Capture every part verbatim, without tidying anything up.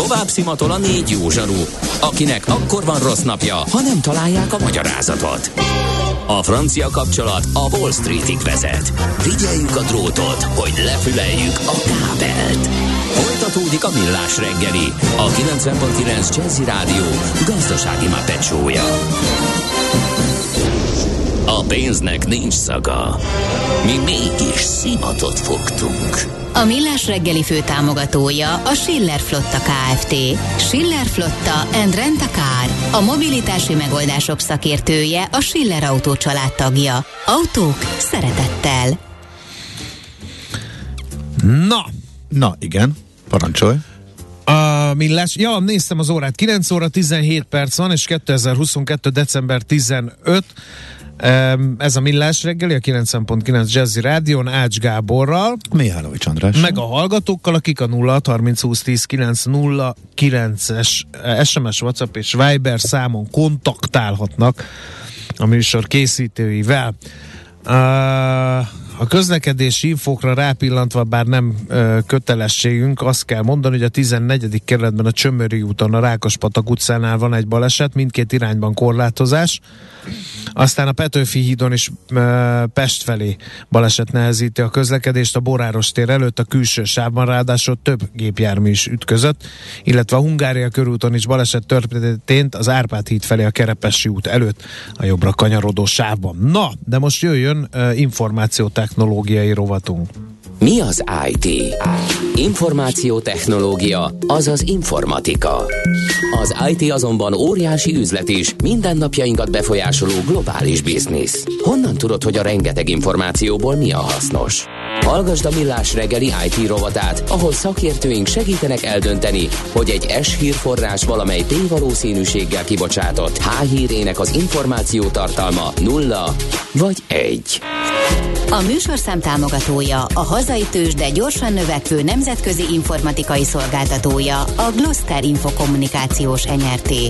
Tovább szimatol a négy jó zsaru, akinek akkor van rossz napja, ha nem találják a magyarázatot. A francia kapcsolat a Wall Streetig vezet. Figyeljük a drótot, hogy lefüleljük a kábelt. Folytatódik a Millás reggeli, a kilencven pont kilenc Jazzy Rádió gazdasági Muppet show-ja. A pénznek nincs szaga. Mi mégis szimatot fogtunk. A Millás reggeli főtámogatója a Schiller Flotta Kft. Schiller Flotta and Rent a Car. A mobilitási megoldások szakértője, a Schiller Autó családtagja. Autók szeretettel. Na, na igen, parancsolj. A Millás, ja, néztem az órát, kilenc óra tizenhét perc van, és kétezer-huszonkettő. december tizenötödike. Ez a Millás reggeli, a kilencven pont kilenc Jazzy Rádión, Ács Gáborral, Mihálovics András, meg a hallgatókkal, akik a nulla hat harminc húsz tíz kilenc nulla kilences es em es, WhatsApp és Viber számon kontaktálhatnak a műsor készítőivel. A közlekedési infókra rápillantva, bár nem ö, kötelességünk, azt kell mondani, hogy a tizennegyedik kerületben a Csömöri úton, a Rákospatak utcánál van egy baleset, mindkét irányban korlátozás. Aztán a Petőfi hídon is ö, Pest felé baleset nehezíti a közlekedést, a Boráros tér előtt a külső sávban ráadásul több gépjármű is ütközött, illetve a Hungária körúton is baleset történt az Árpád híd felé a Kerepesi út előtt a jobbra kanyarodó sávban. Na, de most jöjjön ö, információtechnológiai rovatunk. Mi az i té? Információtechnológia, azaz informatika. Az i té azonban óriási üzlet is, mindennapjainkat befolyásoló globális biznisz. Honnan tudod, hogy a rengeteg információból mi a hasznos? Hallgasd a Millás reggeli i té rovatát, ahol szakértőink segítenek eldönteni, hogy egy S-hírforrás valamely P-valószínűséggel kibocsátott H-hírének az információ tartalma nulla vagy egy. A műsorszám támogatója, a hazai tőzsde gyorsan növekvő nemzetközi informatikai szolgáltatója, a Gloster Infokommunikációs en er té.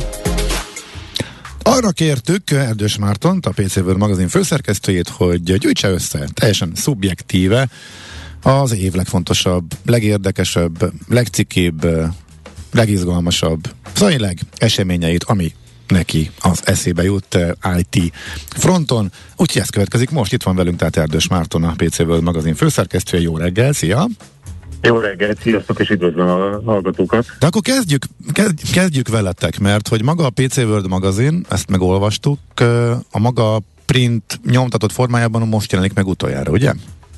Arra kértük Erdős Mártont, a pé cé World magazin főszerkesztőjét, hogy gyűjtse össze teljesen szubjektíve az év legfontosabb, legérdekesebb, legcikibb, legizgalmasabb, szóval eseményeit, ami neki az eszébe jut i té fronton. Úgyhogy ez következik most. Itt van velünk tehát Erdős Márton, a pé cé World magazin főszerkesztője. Jó reggel, szia! Jó reggelt, sziasztok, és üdvözlöm a hallgatókat. De akkor kezdjük, kezd, kezdjük veletek, mert hogy maga a pé cé World magazin, ezt megolvastuk, a maga print nyomtatott formájában most jelenik meg utoljára, ugye?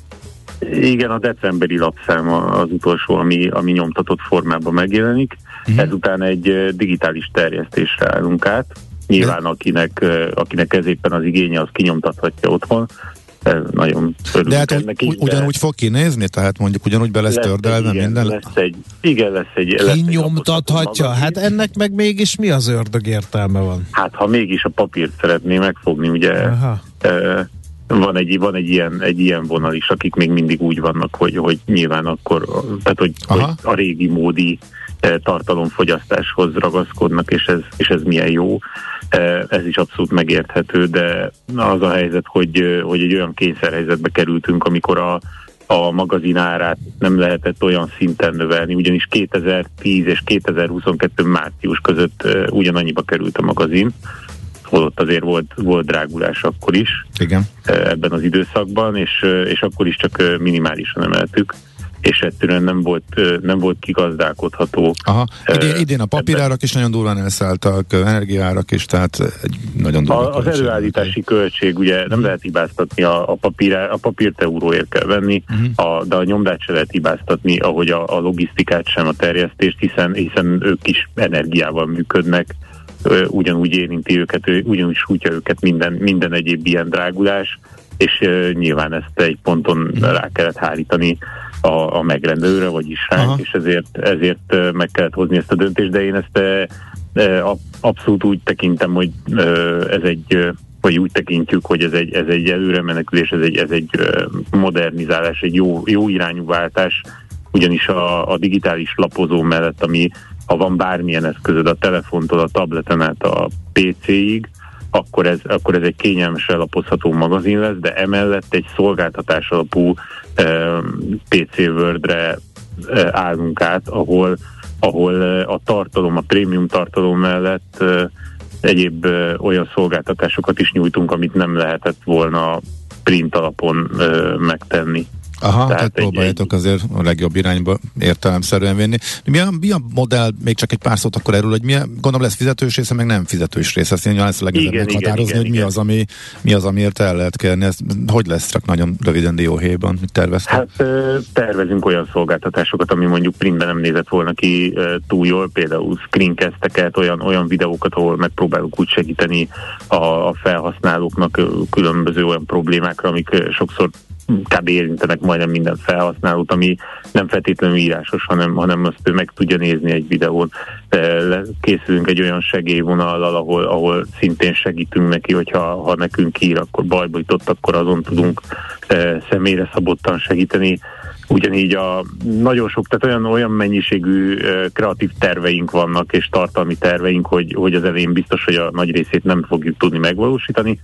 Igen, a decemberi lapszám az utolsó, ami, ami nyomtatott formában megjelenik. Uh-huh. Ezután egy digitális terjesztésre állunk át. Nyilván akinek, akinek ez éppen az igénye, az kinyomtathatja otthon. Ez nagyon örülünk. De hát ennek ugy, ugyanúgy fog kinézni? Tehát mondjuk ugyanúgy be lesz, lesz tördelve minden? Lesz egy, igen, lesz egy... Kinyomtathatja? Hát ennek meg mégis mi az ördög értelme van? Hát ha mégis a papírt szeretné megfogni, ugye... Aha. E, Van egy, van egy ilyen, egy ilyen vonal is, akik még mindig úgy vannak, hogy, hogy nyilván akkor, tehát hogy, hogy a régi módi eh, tartalomfogyasztáshoz ragaszkodnak, és ez, és ez milyen jó. Eh, ez is abszolút megérthető, de az a helyzet, hogy, hogy egy olyan kényszerhelyzetbe kerültünk, amikor a, a magazin árát nem lehetett olyan szinten növelni, ugyanis kétezer-tíz és kétezer-huszonkettő március között eh, ugyanannyiba került a magazin, holott azért volt, volt drágulás akkor is. Igen. Ebben az időszakban, és, és akkor is csak minimálisan emeltük, és egyszerűen nem volt, nem volt kigazdálkodható. Aha. Idén, idén a papírárak is nagyon durván elszálltak, energiaárak is, tehát egy nagyon durva. Az előállítási költség, ugye nem lehet hibáztatni, a, a, papírá, a papírt euróért kell venni, uh-huh. a, de a nyomdát se lehet hibáztatni, ahogy a, a logisztikát sem, a terjesztést, hiszen, hiszen ők is energiával működnek, ugyanúgy érinti őket, ugyanúgy sújtja őket minden, minden egyéb ilyen drágulás, és uh, nyilván ezt egy ponton rá kellett hárítani a, a megrendelőre, vagyis ránk, és ezért, ezért uh, meg kellett hozni ezt a döntést, de én ezt uh, abszolút úgy tekintem, hogy uh, ez egy, uh, vagy úgy tekintjük, hogy ez egy, ez egy előre menekülés, ez egy, ez egy uh, modernizálás, egy jó, jó irányú váltás, ugyanis a, a digitális lapozó mellett, ami ha van bármilyen eszközöd, a telefontól, a tableten át a pé céig, akkor ez, akkor ez egy kényelmesen lapozható magazin lesz, de emellett egy szolgáltatás alapú eh, pé cé Worldre eh, állunk át, ahol, ahol a tartalom, a prémium tartalom mellett egyéb olyan szolgáltatásokat is nyújtunk, amit nem lehetett volna print alapon megtenni. Aha, tehát, tehát próbáljátok azért a legjobb irányba értelemszerűen vinni. Mi a, mi a modell, még csak egy pár szót akkor erről, hogy mi a, gondolom lesz fizetős része, meg nem fizetős része. Ezt nyilván lesz a legnehezebb meghatározni, hogy mi az, ami, mi az, amiért el lehet kérni. Ez hogy lesz, csak nagyon röviden dióhéjban, mit terveztek? Hát tervezünk olyan szolgáltatásokat, ami mondjuk printben nem nézett volna ki túl jól, például screencasteket, olyan, olyan videókat, ahol megpróbálunk úgy segíteni a, a felhasználóknak különböző olyan problémákra, amik sokszor kb. Érintenek majdnem minden felhasználót, ami nem feltétlenül írásos, hanem, hanem azt ő meg tudja nézni egy videón. Készülünk egy olyan segélyvonallal, ahol, ahol szintén segítünk neki, hogyha ha nekünk ír, akkor bajba jutott, akkor azon tudunk személyre szabottan segíteni. Ugyanígy a nagyon sok, tehát olyan, olyan mennyiségű kreatív terveink vannak, és tartalmi terveink, hogy, hogy az elején biztos, hogy a nagy részét nem fogjuk tudni megvalósítani,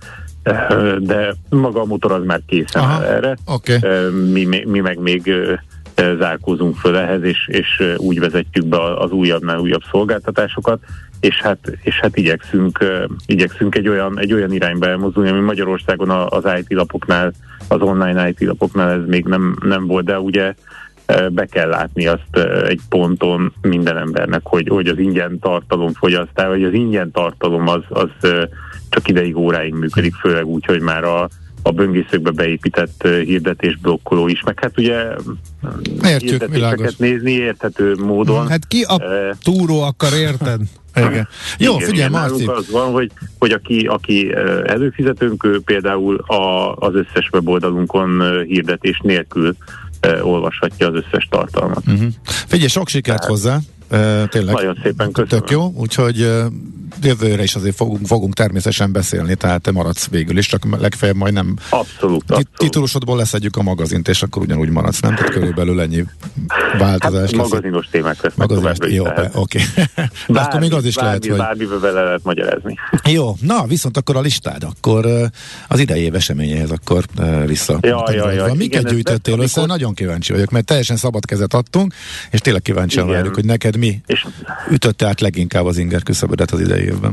de maga a motor az már készen áll erre. Okay. Mi, mi meg még zárkózunk föl ehhez, és, és úgy vezetjük be az újabbnál újabb szolgáltatásokat, és hát, és hát igyekszünk, igyekszünk egy olyan, egy olyan irányba elmozdulni, ami Magyarországon az i té lapoknál, az online i té lapoknál ez még nem, nem volt, de ugye be kell látni azt egy ponton minden embernek, hogy, hogy az ingyen tartalom fogyasztás, vagy az ingyen tartalom az, az csak ideig, óráig működik, főleg úgy, hogy már a, a böngészőkbe beépített hirdetésblokkoló is, meg hát ugye értjük, hirdetéseket világos. Nézni érthető módon. Hát ki a túró akar, érted? Igen. Jó, igen, figyelj, Marci. Az van, hogy, hogy aki, aki előfizetőnk, ő például a, az összes weboldalunkon hirdetés nélkül uh, olvashatja az összes tartalmat. Uh-huh. Figyelj, sok sikert Tehát, hozzá! Uh, tényleg. Nagyon szépen köszönöm. Tök jó, úgyhogy uh, jövőre is azért fogunk, fogunk természetesen beszélni, tehát te maradsz végül is, csak legfeljebb majd nem abszolút, abszolút. titulusodból leszedjük a magazint, és akkor ugyanúgy maradsz, nem? Tehát körülbelül ennyi változás hát, lesz. Magazinos témák lesznek továbbra is. Jó, oké. Okay. De akkor még az is bármi, lehet, hogy... Bármivel vele lehet magyarázni. Jó, na, viszont akkor a listád, akkor uh, az idei év eseményeihez akkor uh, vissza. Ja, ja, ja, miket gyűjtöttél össze? Amikor... Nagyon kíváncsi vagyok, mert teljesen szabad kezet adtunk, és tényleg kíváncsian várjuk, hogy neked mi és... ütötte át leginkább az inger küszöbödet az idei évben.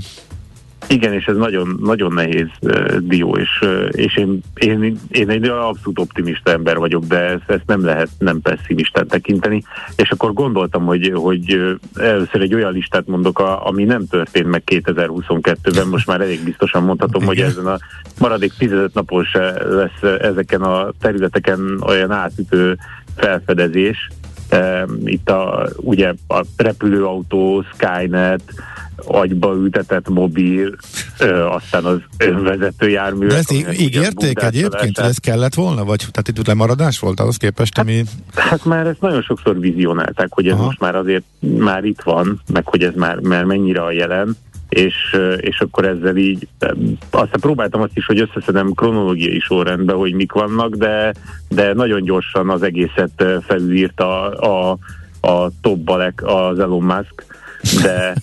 Igen, és ez nagyon, nagyon nehéz uh, dió, és, uh, és én, én, én egy abszolút optimista ember vagyok, de ezt, ezt nem lehet nem pessimistán tekinteni, és akkor gondoltam, hogy, hogy uh, először egy olyan listát mondok, a, ami nem történt meg kétezer-huszonkettőben, most már elég biztosan mondhatom, hogy ezen a maradék tizenöt napon se lesz ezeken a területeken olyan átütő felfedezés. Uh, itt a, ugye a repülőautó, Skynet, agyba ültetett mobil, ö, aztán az önvezető jármű. De ezt í- ígérték egyébként, hogy ez kellett volna? Vagy tehát itt lemaradás volt ahhoz képest, hát, ami... Hát már ezt nagyon sokszor vizionálták, hogy ez Aha. most már azért már itt van, meg hogy ez már, már mennyire a jelen, és, és akkor ezzel így aztán próbáltam azt is, hogy összeszedem kronológiai sorrendben, hogy mik vannak, de, de nagyon gyorsan az egészet felülírta a, a, a top balek, az Elon Musk, de,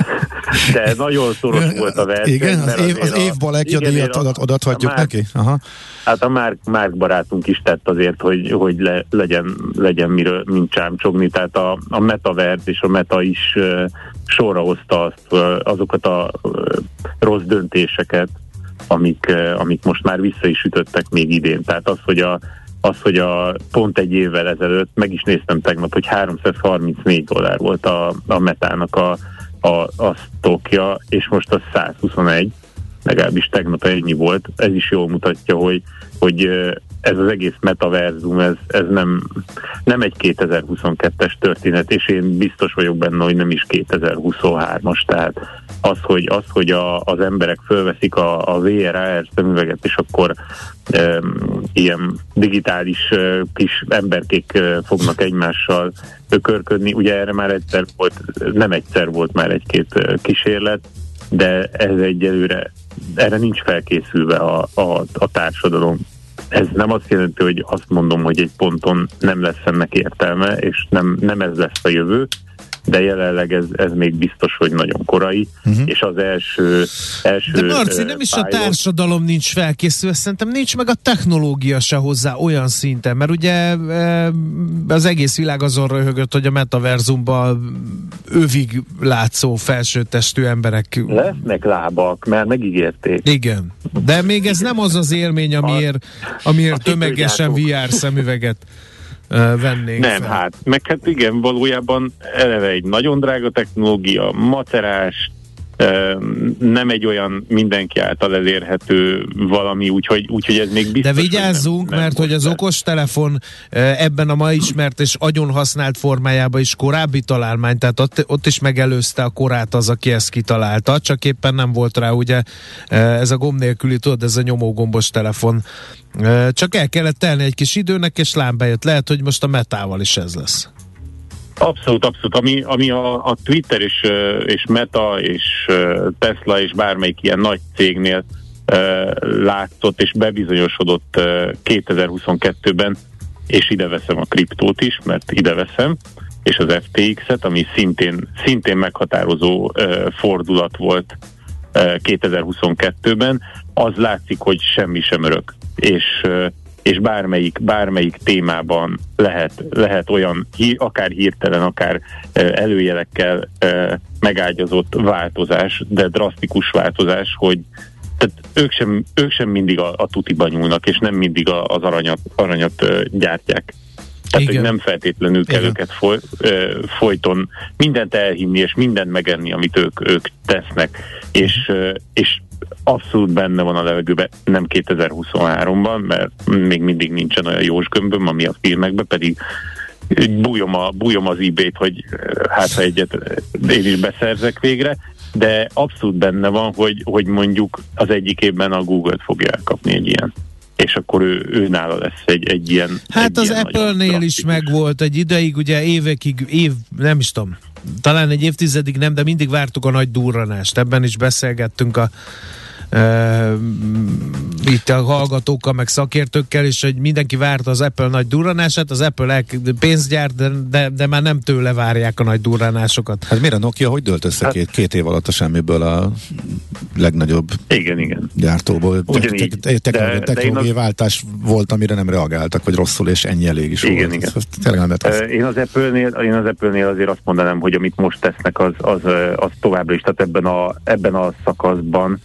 de nagyon szoros volt a verseny. Igen, az, év, az év balekja díjat adat, adathatjuk a neki? Aha. Hát a Márk, Márk barátunk is tett azért, hogy, hogy le, legyen, legyen miről, mint csámcsogni, tehát a, a Metaverse és a Meta is uh, sorra hozta azt, uh, azokat a uh, rossz döntéseket, amik, uh, amik most már vissza is ütöttek még idén. Tehát az, hogy a az, hogy a pont egy évvel ezelőtt, meg is néztem tegnap, hogy háromszázharmincnégy dollár volt a, a Metának a, a, a sztokja, és most az százhuszonegy, legalábbis tegnap ennyi volt. Ez is jól mutatja, hogy, hogy ez az egész metaverzum, ez, ez nem, nem egy kétezer-huszonkettes történet, és én biztos vagyok benne, hogy nem is kétezer-huszonhármas, tehát az, hogy, az, hogy a, az emberek fölveszik a, a vé er á er szemüveget, és akkor um, ilyen digitális uh, kis emberkék uh, fognak egymással ökörködni. Ugye erre már egyszer volt, nem egyszer volt már egy-két uh, kísérlet, de ez egyelőre, erre nincs felkészülve a, a, a társadalom. Ez nem azt jelenti, hogy azt mondom, hogy egy ponton nem lesz ennek értelme, és nem, nem ez lesz a jövő, de jelenleg ez, ez még biztos, hogy nagyon korai, uh-huh. és az első, első De Marci, nem is pilot... a társadalom nincs felkészülve, szerintem nincs meg a technológia se hozzá olyan szinten, mert ugye az egész világ azon röhögött, hogy a metaverzumban övig látszó felsőtestű emberek... Lesznek lábak, mert megígérték. Igen, de még ez nem az az élmény, amiért, amiért tömegesen vé er szemüveget vennénk. Nem, fel. hát, meg hát igen, valójában eleve egy nagyon drága technológia, macerás, nem egy olyan mindenki által elérhető valami, úgyhogy, úgyhogy ez még biztos. De vigyázzunk, nem, mert hogy az okostelefon ebben a ma ismert és agyon használt formájában is korábbi találmány, tehát ott, ott is megelőzte a korát az, aki ezt kitalálta, csak éppen nem volt rá ugye ez a gomb nélküli, tudod, ez a nyomógombos telefon. Csak el kellett telni egy kis időnek, és lám bejött. Lehet, hogy most a Metával is ez lesz. Abszolút, abszolút. Ami, ami a, a Twitter és, és Meta és Tesla és bármelyik ilyen nagy cégnél uh, látszott és bebizonyosodott uh, kétezer-huszonkettőben, és ide veszem a kriptót is, mert ide veszem, és az ef té iksz-et, ami szintén, szintén meghatározó uh, fordulat volt uh, kétezer-huszonkettőben, az látszik, hogy semmi sem örök. És uh, és bármelyik, bármelyik témában lehet, lehet olyan, akár hirtelen, akár előjelekkel megágyazott változás, de drasztikus változás, hogy tehát ők, sem, ők sem mindig a, a tutiba nyúlnak, és nem mindig a, az aranyat, aranyat gyártják. Tehát, hogy nem feltétlenül kell Igen. őket foly, folyton mindent elhinni, és mindent megenni, amit ők, ők tesznek. És, és abszolút benne van a levegőben, nem kétezer-huszonháromban, mert még mindig nincsen olyan jós gömböm, ami a filmekben, pedig bújom, a, bújom az eBay-t, hogy hát ha egyet én is beszerzek végre, de abszolút benne van, hogy, hogy mondjuk az egyik évben a Google-t fogja elkapni egy ilyen. És akkor ő, ő nála lesz egy, egy ilyen... Hát egy az ilyen Apple-nél is megvolt egy ideig, ugye évekig, év, nem is tudom, talán egy évtizedig nem, de mindig vártuk a nagy durranást. Ebben is beszélgettünk a Uh, itt a hallgatókkal, meg szakértőkkel, és hogy mindenki várta az Apple nagy durranását, az Apple pénzt gyárt, de, de, de már nem tőle várják a nagy durranásokat. Hát miért a Nokia, hogy dölt össze hát, két, két év alatt a semmiből a legnagyobb igen, igen. gyártóból? Ugyanígy, te, te, te, technológiai a... váltás volt, amire nem reagáltak, hogy rosszul, és ennyi elég is igen, volt. Igen. Ez, ez én, az Apple-nél, én az Apple-nél azért azt mondanám, hogy amit most tesznek, az, az, az továbbra is, tehát ebben a, ebben a szakaszban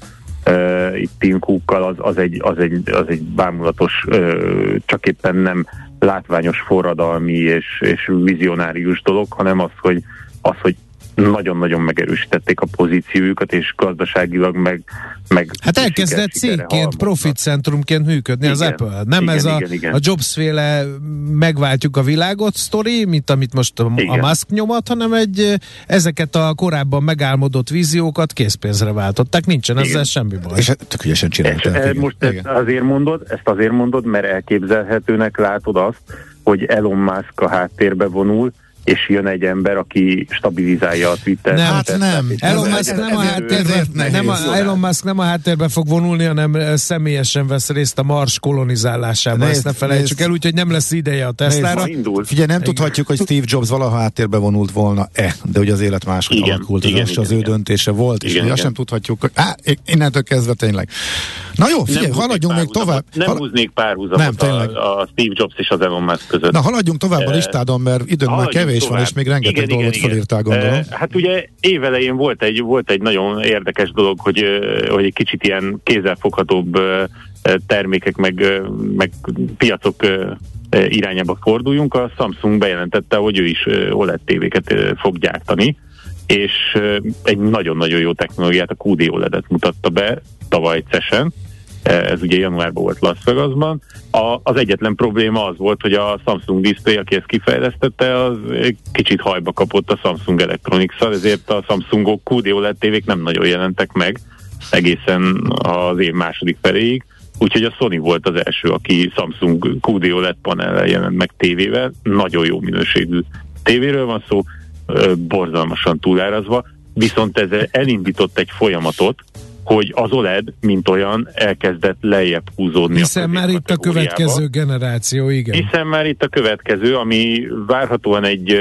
Uh, itt Tim Cookkal az, az, egy, az, egy, az egy bámulatos, uh, csak éppen nem látványos forradalmi és, és vizionárius dolog, hanem az, hogy, az, hogy nagyon-nagyon megerősítették a pozíciójukat, és gazdaságilag meg... meg hát elkezdett cégként, profitcentrumként működni igen, az Apple. Nem igen, ez a, igen, igen. a Jobs-féle megváltjuk a világot sztori, mint amit most a, a Musk nyomat, hanem egy ezeket a korábban megálmodott víziókat készpénzre váltották. Nincsen igen. ezzel semmi baj. És tök ügyesen csinálták. Most ezt azért mondod, ezt azért mondod, mert elképzelhetőnek látod azt, hogy Elon Musk a háttérbe vonul, és jön egy ember, aki stabilizálja a Twitter. Nem, hát nem. Elon Musk nem a háttérbe, nem a, Elon Musk nem a háttérbe fog vonulni, hanem személyesen vesz részt a Mars kolonizálásában. Ezt ne felejtsük el, úgyhogy nem lesz ideje a Teslára. Figyelj, nem tudhatjuk, hogy Steve Jobs valaha háttérbe vonult volna-e, de ugye az élet máshogy igen, alakult, igen, az igen, az igen, ő igen. döntése volt, igen, és igen. azt sem tudhatjuk, hogy á, innentől kezdve tényleg. Na jó, figyelj, haladjunk még tovább. Nem Hal... húznék párhuzamot a, a Steve Jobs és az Elon Musk között. Na, haladjunk tovább a listádon, mert időnk már kevés van, és még rengeteg igen, dolgot igen, felírtál, gondolom. Uh, hát ugye évelején volt egy, volt egy nagyon érdekes dolog, hogy, uh, hogy egy kicsit ilyen kézzelfoghatóbb uh, termékek, meg, uh, meg piacok uh, irányába forduljunk. A Samsung bejelentette, hogy ő is uh, o el e dé tévéket uh, fog gyártani, és uh, egy nagyon-nagyon jó technológiát, a kú dé o el e dé-et mutatta be tavaly cesen. Ez ugye januárban volt Las Vegasban. A, az egyetlen probléma az volt, hogy a Samsung Display, aki ezt kifejlesztette, az kicsit hajba kapott a Samsung Electronics-szal, ezért a Samsungok kú dé o el e dé tévék nem nagyon jelentek meg egészen az év második feléig. Úgyhogy a Sony volt az első, aki Samsung kú dé o el e dé panellel jelent meg tévével. Nagyon jó minőségű tévéről van szó, borzalmasan túlárazva, viszont ez elindított egy folyamatot, hogy az o el e dé, mint olyan, elkezdett lejjebb húzódni. Hiszen már itt a következő generáció, igen. Hiszen már itt a következő, ami várhatóan egy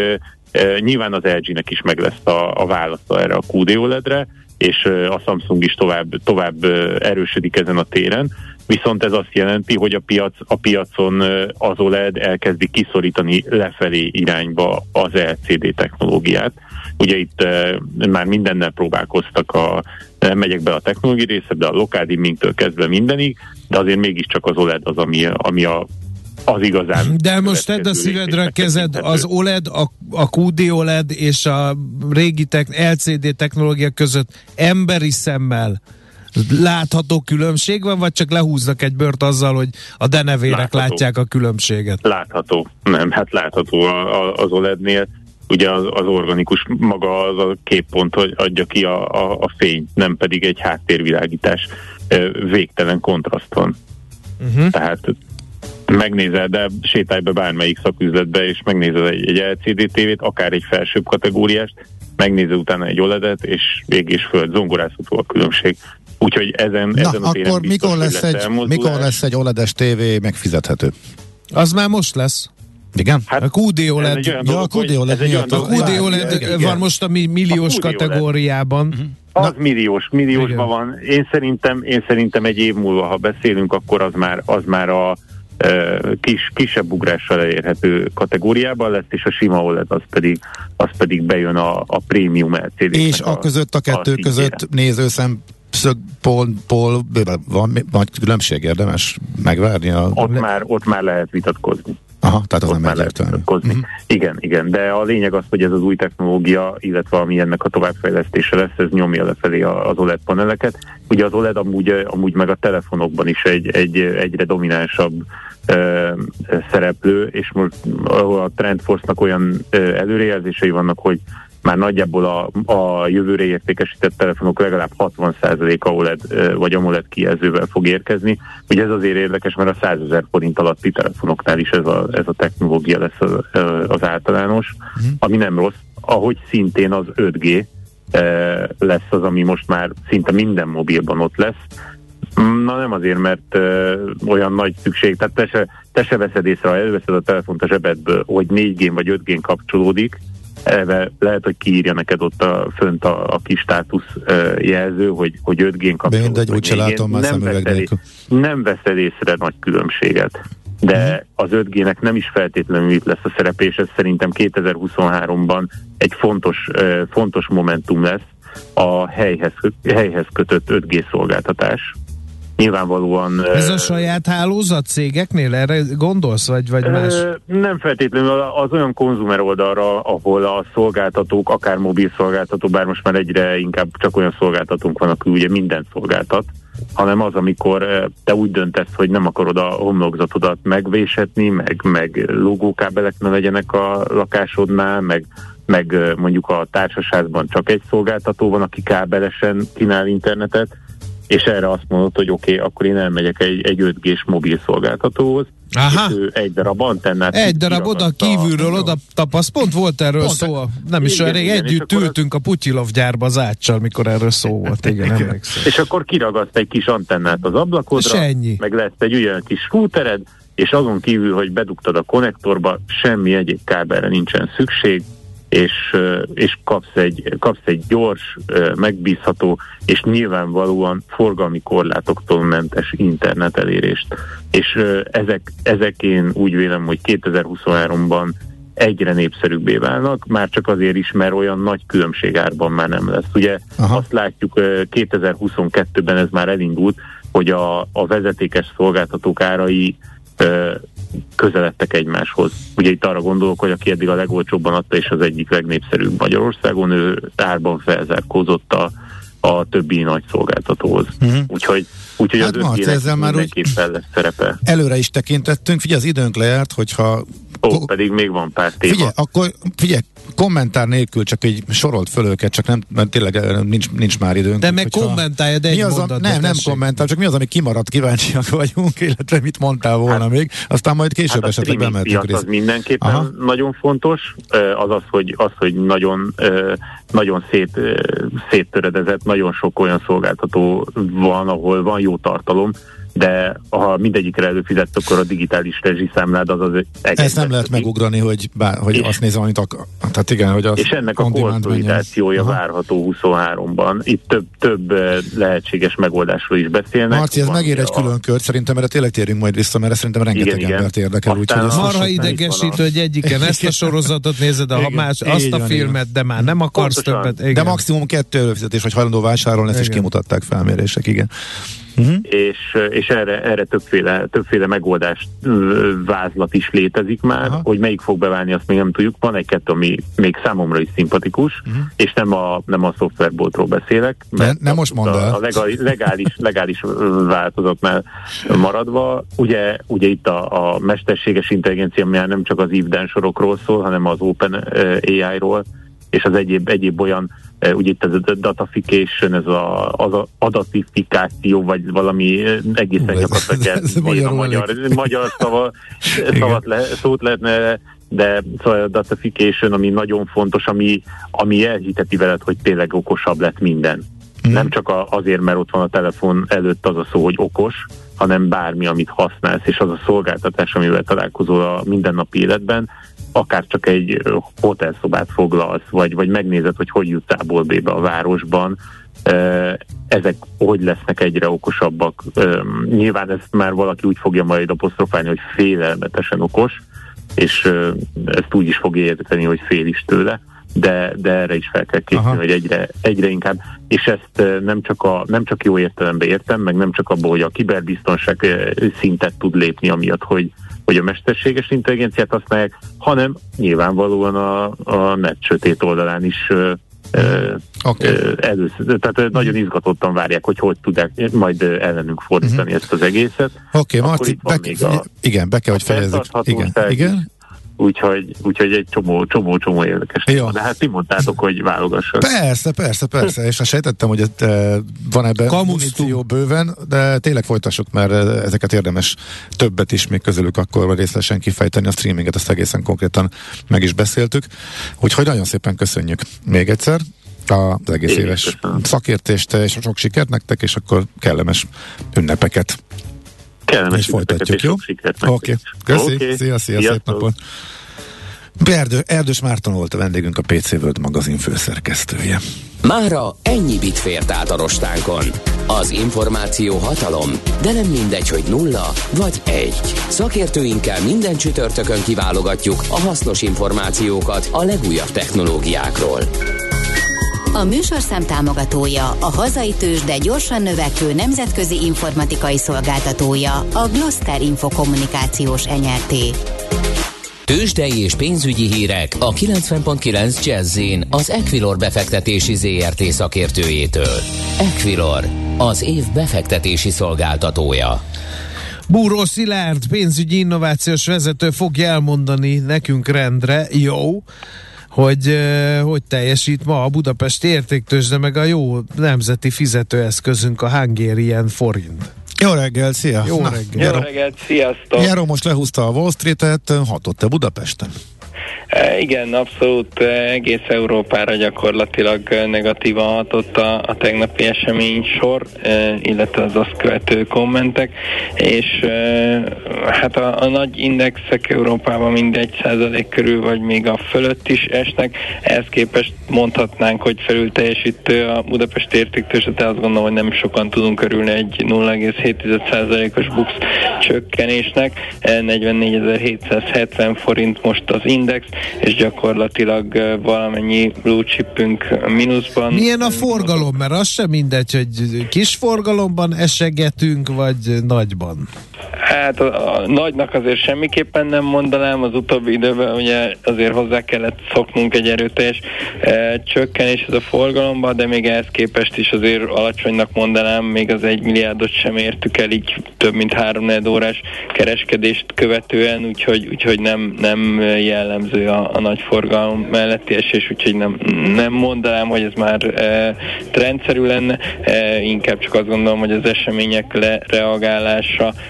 Uh, nyilván az el gé-nek is meg lesz a, a válasza erre a kú dé o el é dre, és uh, a Samsung is tovább, tovább uh, erősödik ezen a téren. Viszont ez azt jelenti, hogy a, piac, a piacon az o el é dé elkezdi kiszorítani lefelé irányba az el cé dé technológiát. Ugye itt e, már mindennel próbálkoztak, a, nem megyek be a technológiai része, de a lokál dimmingtől kezdve mindenig, de azért mégiscsak az o el é dé az, ami, ami a, az igazán... De most tedd a szívedre a kezed, az o el é dé, a, a kú dé o el é dé és a régi tek, el cé dé technológia között emberi szemmel látható különbség van, vagy csak lehúznak egy bört azzal, hogy a denevérek látható. Látják a különbséget? Látható. Nem, hát látható a, a, az o el é dé-nél. Ugye az, az organikus maga az a képpont, hogy adja ki a, a, a fény, nem pedig egy háttérvilágítás. Végtelen kontraszt van. Uh-huh. Tehát megnézed, de sétálj be bármelyik szaküzletbe, és megnézed egy, egy el cé dé tévét, akár egy felsőbb kategóriást, megnézed utána egy o el é dét, és ég és föld, zongorázható a különbség. Úgyhogy ezen, Na, ezen a téren akkor biztos, mikor lesz, lesz, egy, mikor lesz egy o el é dés tévé megfizethető? Az már most lesz. Igen? Hát a kú dé o el é dé. Ja, a kú dé o el é dé miatt. A kú dé o el é dé van most a milliós a kategóriában. Uh-huh. Az Na. milliós, milliósban igen. van. Én szerintem, én szerintem egy év múlva, ha beszélünk, akkor az már, az már a uh, kis, kisebb ugrással elérhető kategóriában lesz, és a sima o el é dé az pedig, az pedig bejön a, a prémium el cé dé. És a, a között, a kettő a között nézőszem szögpontból van, van különbség, érdemes megvárni? A... Ott, már, ott már lehet vitatkozni. Aha, tehát az ott nem egyértelmű. Uh-huh. Igen, igen, de a lényeg az, hogy ez az új technológia, illetve ami ennek a továbbfejlesztése lesz, ez nyomja lefelé az o el é dé paneleket. Ugye az o el é dé amúgy, amúgy meg a telefonokban is egy, egy egyre dominánsabb ö, szereplő, és most a Trendforce-nak olyan ö, előrejelzései vannak, hogy már nagyjából a, a jövőre értékesített telefonok legalább hatvan százaléka o el é dé vagy AMOLED kijelzővel fog érkezni. Ugye ez azért érdekes, mert a százezer forint alatti telefonoknál is ez a, ez a technológia lesz az, az általános, uh-huh. ami nem rossz, ahogy szintén az öt gé lesz az, ami most már szinte minden mobilban ott lesz. Na nem azért, mert uh, olyan nagy szükség, tehát te se, te se veszed észre, ha elveszed a telefont a zsebedből, hogy négy gén vagy öt gén kapcsolódik, elve lehet, hogy kiírja neked ott a, fönt a, a kis státusz uh, jelző, hogy, hogy öt gén kapcsolódik. Mindegy, úgyse látom már szemüveg nélkül. Nem veszed észre nagy különbséget, de uh-huh. az öt gének nem is feltétlenül itt lesz a szerepe, és ez szerintem kétezer-huszonháromban egy fontos, uh, fontos momentum lesz a helyhez, helyhez kötött öt gé szolgáltatás. Nyilvánvalóan... Ez a saját hálózat cégeknél? Erre gondolsz, vagy, vagy más? Nem feltétlenül, az olyan konzumer oldalra, ahol a szolgáltatók, akár mobil szolgáltató, bár most már egyre inkább csak olyan szolgáltatónk van, aki ugye mindent szolgáltat, hanem az, amikor te úgy döntesz, hogy nem akarod a homlokzatodat megvéshetni, meg, meg logókábelek ne legyenek a lakásodnál, meg, meg mondjuk a társasházban csak egy szolgáltató van, aki kábelesen kínál internetet, és erre azt mondod, hogy oké, okay, akkor én elmegyek egy, egy öt gés mobil szolgáltatóhoz, aha. és ő egy darab antennát egy darab oda kívülről oda tapasz, pont volt erről pont szó, nem is olyan rég, együtt ültünk a Putyilov gyárba az Áccsal, mikor erről szó volt, igen, emlékszem. És akkor kiragaszt egy kis antennát az ablakodra, meg lesz egy olyan kis routered, és azon kívül, hogy bedugtad a konnektorba, semmi egyéb kábelre nincsen szükség, és, és kapsz, egy, kapsz egy gyors, megbízható, és nyilvánvalóan forgalmi korlátoktól mentes internet elérést. És ezek, ezek én úgy vélem, hogy kétezer-huszonháromban egyre népszerűbbé válnak, már csak azért is, mert olyan nagy különbség árban már nem lesz. Ugye aha. azt látjuk, kétezer-huszonkettőben ez már elindult, hogy a, a vezetékes szolgáltatók árai közeledtek egymáshoz. Ugye itt arra gondolok, hogy aki eddig a legolcsóbban adta, és az egyik legnépszerűbb Magyarországon, ő árban felzárkózott a, a többi nagy szolgáltatóhoz. Uh-huh. Úgyhogy, úgyhogy hát az öt G-nek mindenképpen lesz szerepe. Előre is tekintettünk, figyelj, az időnk lejárt, hogyha... Ó, Ko- pedig még van pár téma. Figyelj, akkor figyelj, kommentár nélkül csak egy sorolt föl őket, csak nem, mert tényleg nincs, nincs már időnk. De meg kommentáljad egy mondatban. Nem, nem kommentál, csak mi az, ami kimaradt, kíváncsiak vagyunk, illetve mit mondtál volna hát, még, aztán majd később hát esetleg bemeltünk részt. Az mindenképpen aha. nagyon fontos, az az, hogy, az, hogy nagyon, nagyon szét, széttöredezett, nagyon sok olyan szolgáltató van, ahol van jó tartalom, de ha mindegyikre előfizetsz, akkor a digitális rezsiszámlád az az egész. Ezt nem lehet megugrani, hogy, bár, hogy azt nézem, amit akar. Tehát igen, hogy az és ennek a konszolidációja várható huszonháromban. Itt több, több lehetséges megoldásról is beszélnek. Marci, ez megér egy külön kört, szerintem erre tényleg térünk majd vissza, mert szerintem rengeteg igen, embert érdekel. Úgyhogy ez marha idegesítő, hogy egyiken ezt a sorozatot nézed, ha más azt a filmet, de már nem akarsz pontosan többet. Igen. De maximum kettő előfizetés, vagy hajlandó vásárolni, ezt is kimutatták felmérések, igen. Uh-huh. És, és erre, erre többféle, többféle megoldás vázlat is létezik már, aha, hogy melyik fog beválni, azt még nem tudjuk. Van egy-kettő, ami még számomra is szimpatikus, uh-huh, és nem a, nem a szoftverboltról beszélek. Ne, nem most mondd el. A legális, legális, legális változatnál maradva, ugye, ugye itt a, a mesterséges intelligencia már nem csak az ifden sorokról szól, hanem az Open á i-ról, és az egyéb, egyéb olyan, ugye itt ez a datafication, ez a, az a adatifikáció, vagy valami egészen nyakadva kell a magyar, magyar szava, szavat le, szót lehetne, de szóval a datafication, ami nagyon fontos, ami, ami elhiteti veled, hogy tényleg okosabb lett minden. Mm. Nem csak a, azért, mert ott van a telefon előtt az a szó, hogy okos, hanem bármi, amit használsz, és az a szolgáltatás, amivel találkozol a mindennapi életben, akár csak egy hotelszobát foglalsz, vagy, vagy megnézed, hogy hogy jutsz A-ból B-be a városban, ezek hogy lesznek egyre okosabbak. Nyilván ezt már valaki úgy fogja majd apostrofálni, hogy félelmetesen okos, és ezt úgy is fogja érteni, hogy fél is tőle, de, de erre is fel kell készülni, hogy egyre, egyre inkább, és ezt nem csak, a, nem csak jó értelemben értem, meg nem csak abból, hogy a kiberbiztonság szintet tud lépni amiatt, hogy hogy a mesterséges intelligenciát használják, hanem nyilvánvalóan a, a net sötét oldalán is ö, okay. ö, először. Tehát nagyon izgatottan várják, hogy hogy tudják majd ellenünk fordítani uh-huh. ezt az egészet. Oké, okay, Marci, be, a, igen, be kell, hogy fejezzük. Igen, igen. Úgyhogy, úgyhogy egy csomó, csomó, csomó érdekes. Jó. De hát ti mondtátok, hogy válogassak. Persze, persze, persze, és azt sejtettem, hogy van ebben muníció bőven, de tényleg folytassuk, mert ezeket érdemes többet is még közülük akkor részletesen kifejteni, a streaminget azt egészen konkrétan meg is beszéltük. Úgyhogy nagyon szépen köszönjük még egyszer az egész Én éves köszönöm. szakértést, és sok sikert nektek, és akkor kellemes ünnepeket. Kellemes és folytatjuk, jó? Oké, okay. Köszi, okay. szia, szia, szép napon. Erdő, Erdős Márton volt a vendégünk, a pé cé World magazin főszerkesztője. Mára ennyi bit fért át a rostánkon. Az információ hatalom, de nem mindegy, hogy nulla vagy egy. Szakértőinkkel minden csütörtökön kiválogatjuk a hasznos információkat a legújabb technológiákról. A műsorszám támogatója, a hazai tőzsde gyorsan növekvő nemzetközi informatikai szolgáltatója, a Gloster Infokommunikációs Enyerté. Tőzsdei és pénzügyi hírek a kilencven pont kilenc Jazz-in az Equilor befektetési zé er té szakértőjétől. Equilor, az év befektetési szolgáltatója. Búró Szilárd, pénzügyi innovációs vezető fogja elmondani nekünk rendre, jó, hogy hogy teljesít ma a budapesti értéktőzsde, meg a jó nemzeti fizetőeszközünk, a Hungarian forint. Jó reggel, szia! Jó Na, reggel! Jó reggelt, sziasztok! Járó most lehúzta a Wall Street-et, hatott-e Budapesten? E, igen, abszolút egész Európára gyakorlatilag negatívan hatott a, a tegnapi esemény sor, e, illetve az azt követő kommentek, és e, hát a, a nagy indexek Európában mindegy százalék körül, vagy még a fölött is esnek, ehhez képest mondhatnánk, hogy felül teljesítő a Budapesti értéktőzsde, de azt gondolom, hogy nem sokan tudunk örülni egy nulla egész hét százalékos buksz csökkenésnek, negyvennégyezer-hétszázhetven forint most az index, és gyakorlatilag valamennyi blue chipünk mínuszban. Milyen a forgalom? Mert az sem mindegy, hogy kis forgalomban esegetünk, vagy nagyban. Hát a, a nagynak azért semmiképpen nem mondanám, az utóbbi időben ugye azért hozzá kellett szoknunk egy erőteljes e, csökkenéshez a forgalomban, de még ehhez képest is azért alacsonynak mondanám, még az egy milliárdot sem értük el így több mint három-négy órás kereskedést követően, úgyhogy, úgyhogy nem, nem jellemző a, a nagy forgalom melletti esés, úgyhogy nem, nem mondanám, hogy ez már e, trendszerű lenne, e, inkább csak azt gondolom, hogy az események lereagálása e,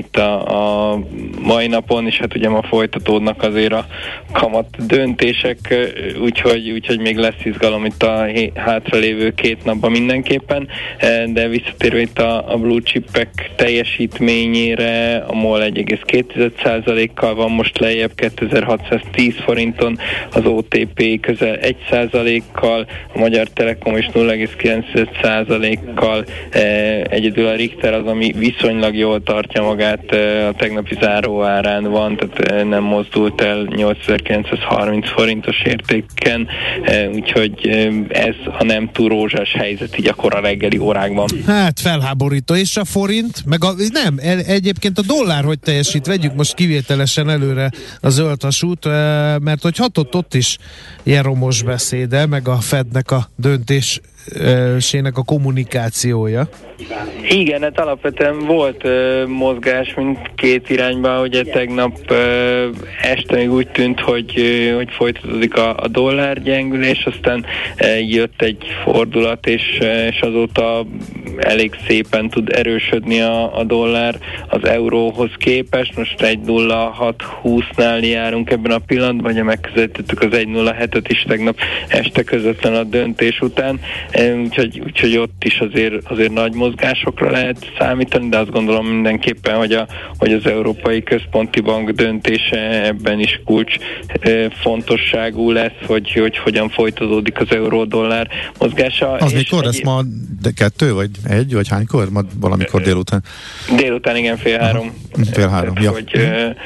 itt a, a mai napon, és hát ugye ma folytatódnak azért a kamat döntések, úgyhogy, úgyhogy még lesz izgalom itt a hátralévő két napban mindenképpen, de visszatérve itt a, a blue chipek teljesítményére, a MOL egy egész két százalékkal van most lejjebb, kétezer-hatszáztíz forinton, az o té pé közel egy százalékkal, a Magyar Telekom is nulla egész kilenc százalékkal, egyedül a Richter az, ami viszonylag jól tartja magát, a tegnapi záróárán van, tehát nem mozdult el nyolcezer-kilencszázharminc forintos értéken, úgyhogy ez a nem túl rózsás helyzet így a kora reggeli órákban. Hát felháborító, és a forint, meg a, nem, egyébként a dollár hogy teljesít, vegyük most kivételesen előre a zöldhasút, mert hogy hatott ott is Jeromos beszéde, meg a Fednek a döntésének a kommunikációja. Igen, hát alapvetően volt uh, mozgás mindkét irányba, ugye tegnap uh, este még úgy tűnt, hogy, uh, hogy folytatódik a, a dollár gyengülés, aztán uh, jött egy fordulat, és, uh, és azóta elég szépen tud erősödni a, a dollár az euróhoz képest. Most egy nulla hat húsznál járunk ebben a pillanatban, ugye megközelítettük az egy nulla hetet is tegnap este közvetlen a döntés után, uh, úgyhogy, úgyhogy ott is azért, azért nagy mozgásokra lehet számítani, de azt gondolom mindenképpen, hogy, a, hogy az Európai Központi Bank döntése ebben is kulcs e, fontosságú lesz, hogy, hogy hogyan folytatódik az euró-dollár mozgása. Az mikor lesz ma? De kettő, vagy egy, vagy hánykor? Ma valamikor délután? Délután, igen, fél három. Aha, fél három, ja. Hogy, e,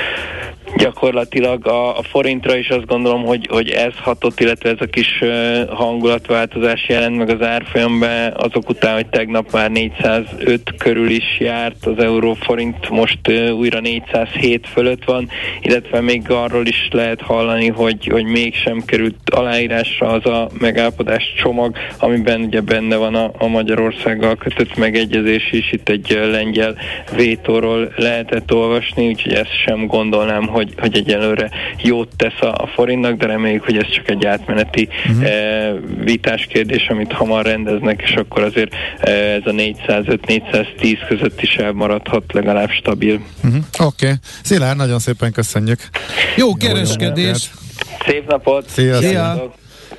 gyakorlatilag a, a forintra is azt gondolom, hogy, hogy ez hatott, illetve ez a kis uh, hangulatváltozás jelent meg az árfolyamban azok után, hogy tegnap már négyszázöt körül is járt az euró-forint, most uh, újra négyszázhét fölött van, illetve még arról is lehet hallani, hogy, hogy mégsem került aláírásra az a megállapodás csomag, amiben ugye benne van a, a Magyarországgal kötött megegyezés is, itt egy uh, lengyel vétóról lehetett olvasni, úgyhogy ezt sem gondolnám, hogy hogy egyelőre jót tesz a, a forintnak, de reméljük, hogy ez csak egy átmeneti uh-huh. eh, vitás kérdés, amit hamar rendeznek, és akkor azért eh, ez a négyszázöt négyszáztíz között is elmaradhat legalább stabil. Uh-huh. Oké. Okay. Szilárd, nagyon szépen köszönjük. Jó kereskedés! Szép napot! Szia! Szia.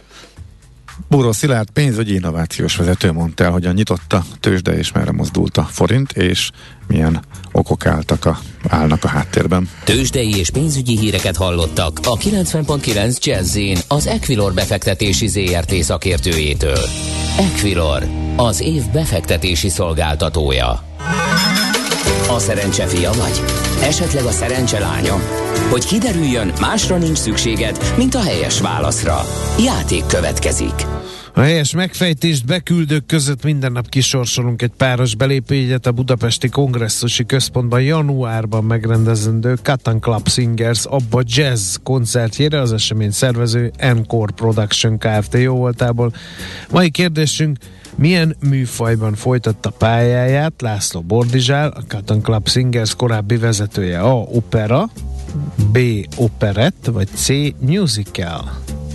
Búró Szilárd, pénzügyi innovációs vezető mondta el, hogyan nyitott a tőzsde és merre mozdult a forint, és milyen okok álltak a, állnak a háttérben. Tőzsdei és pénzügyi híreket hallottak a kilencven pont kilenc Jazz-in az Equilor befektetési zé er té szakértőjétől. Equilor, az év befektetési szolgáltatója. A szerencse fia vagy? Esetleg a szerencse lánya? Hogy kiderüljön, másra nincs szükséged, mint a helyes válaszra. Játék következik. A helyes megfejtést beküldők között minden nap kisorsolunk egy páros belépőjegyet a Budapesti Kongresszusi Központban januárban megrendezendő Cotton Club Singers Abba Jazz koncertjére, az esemény szervező Encore Production Kft. Jóvoltából. Mai kérdésünk: milyen műfajban folytatta pályáját László Bordizsál, a Cotton Club Singers korábbi vezetője? A. Opera, B. Operett, vagy C. Musical?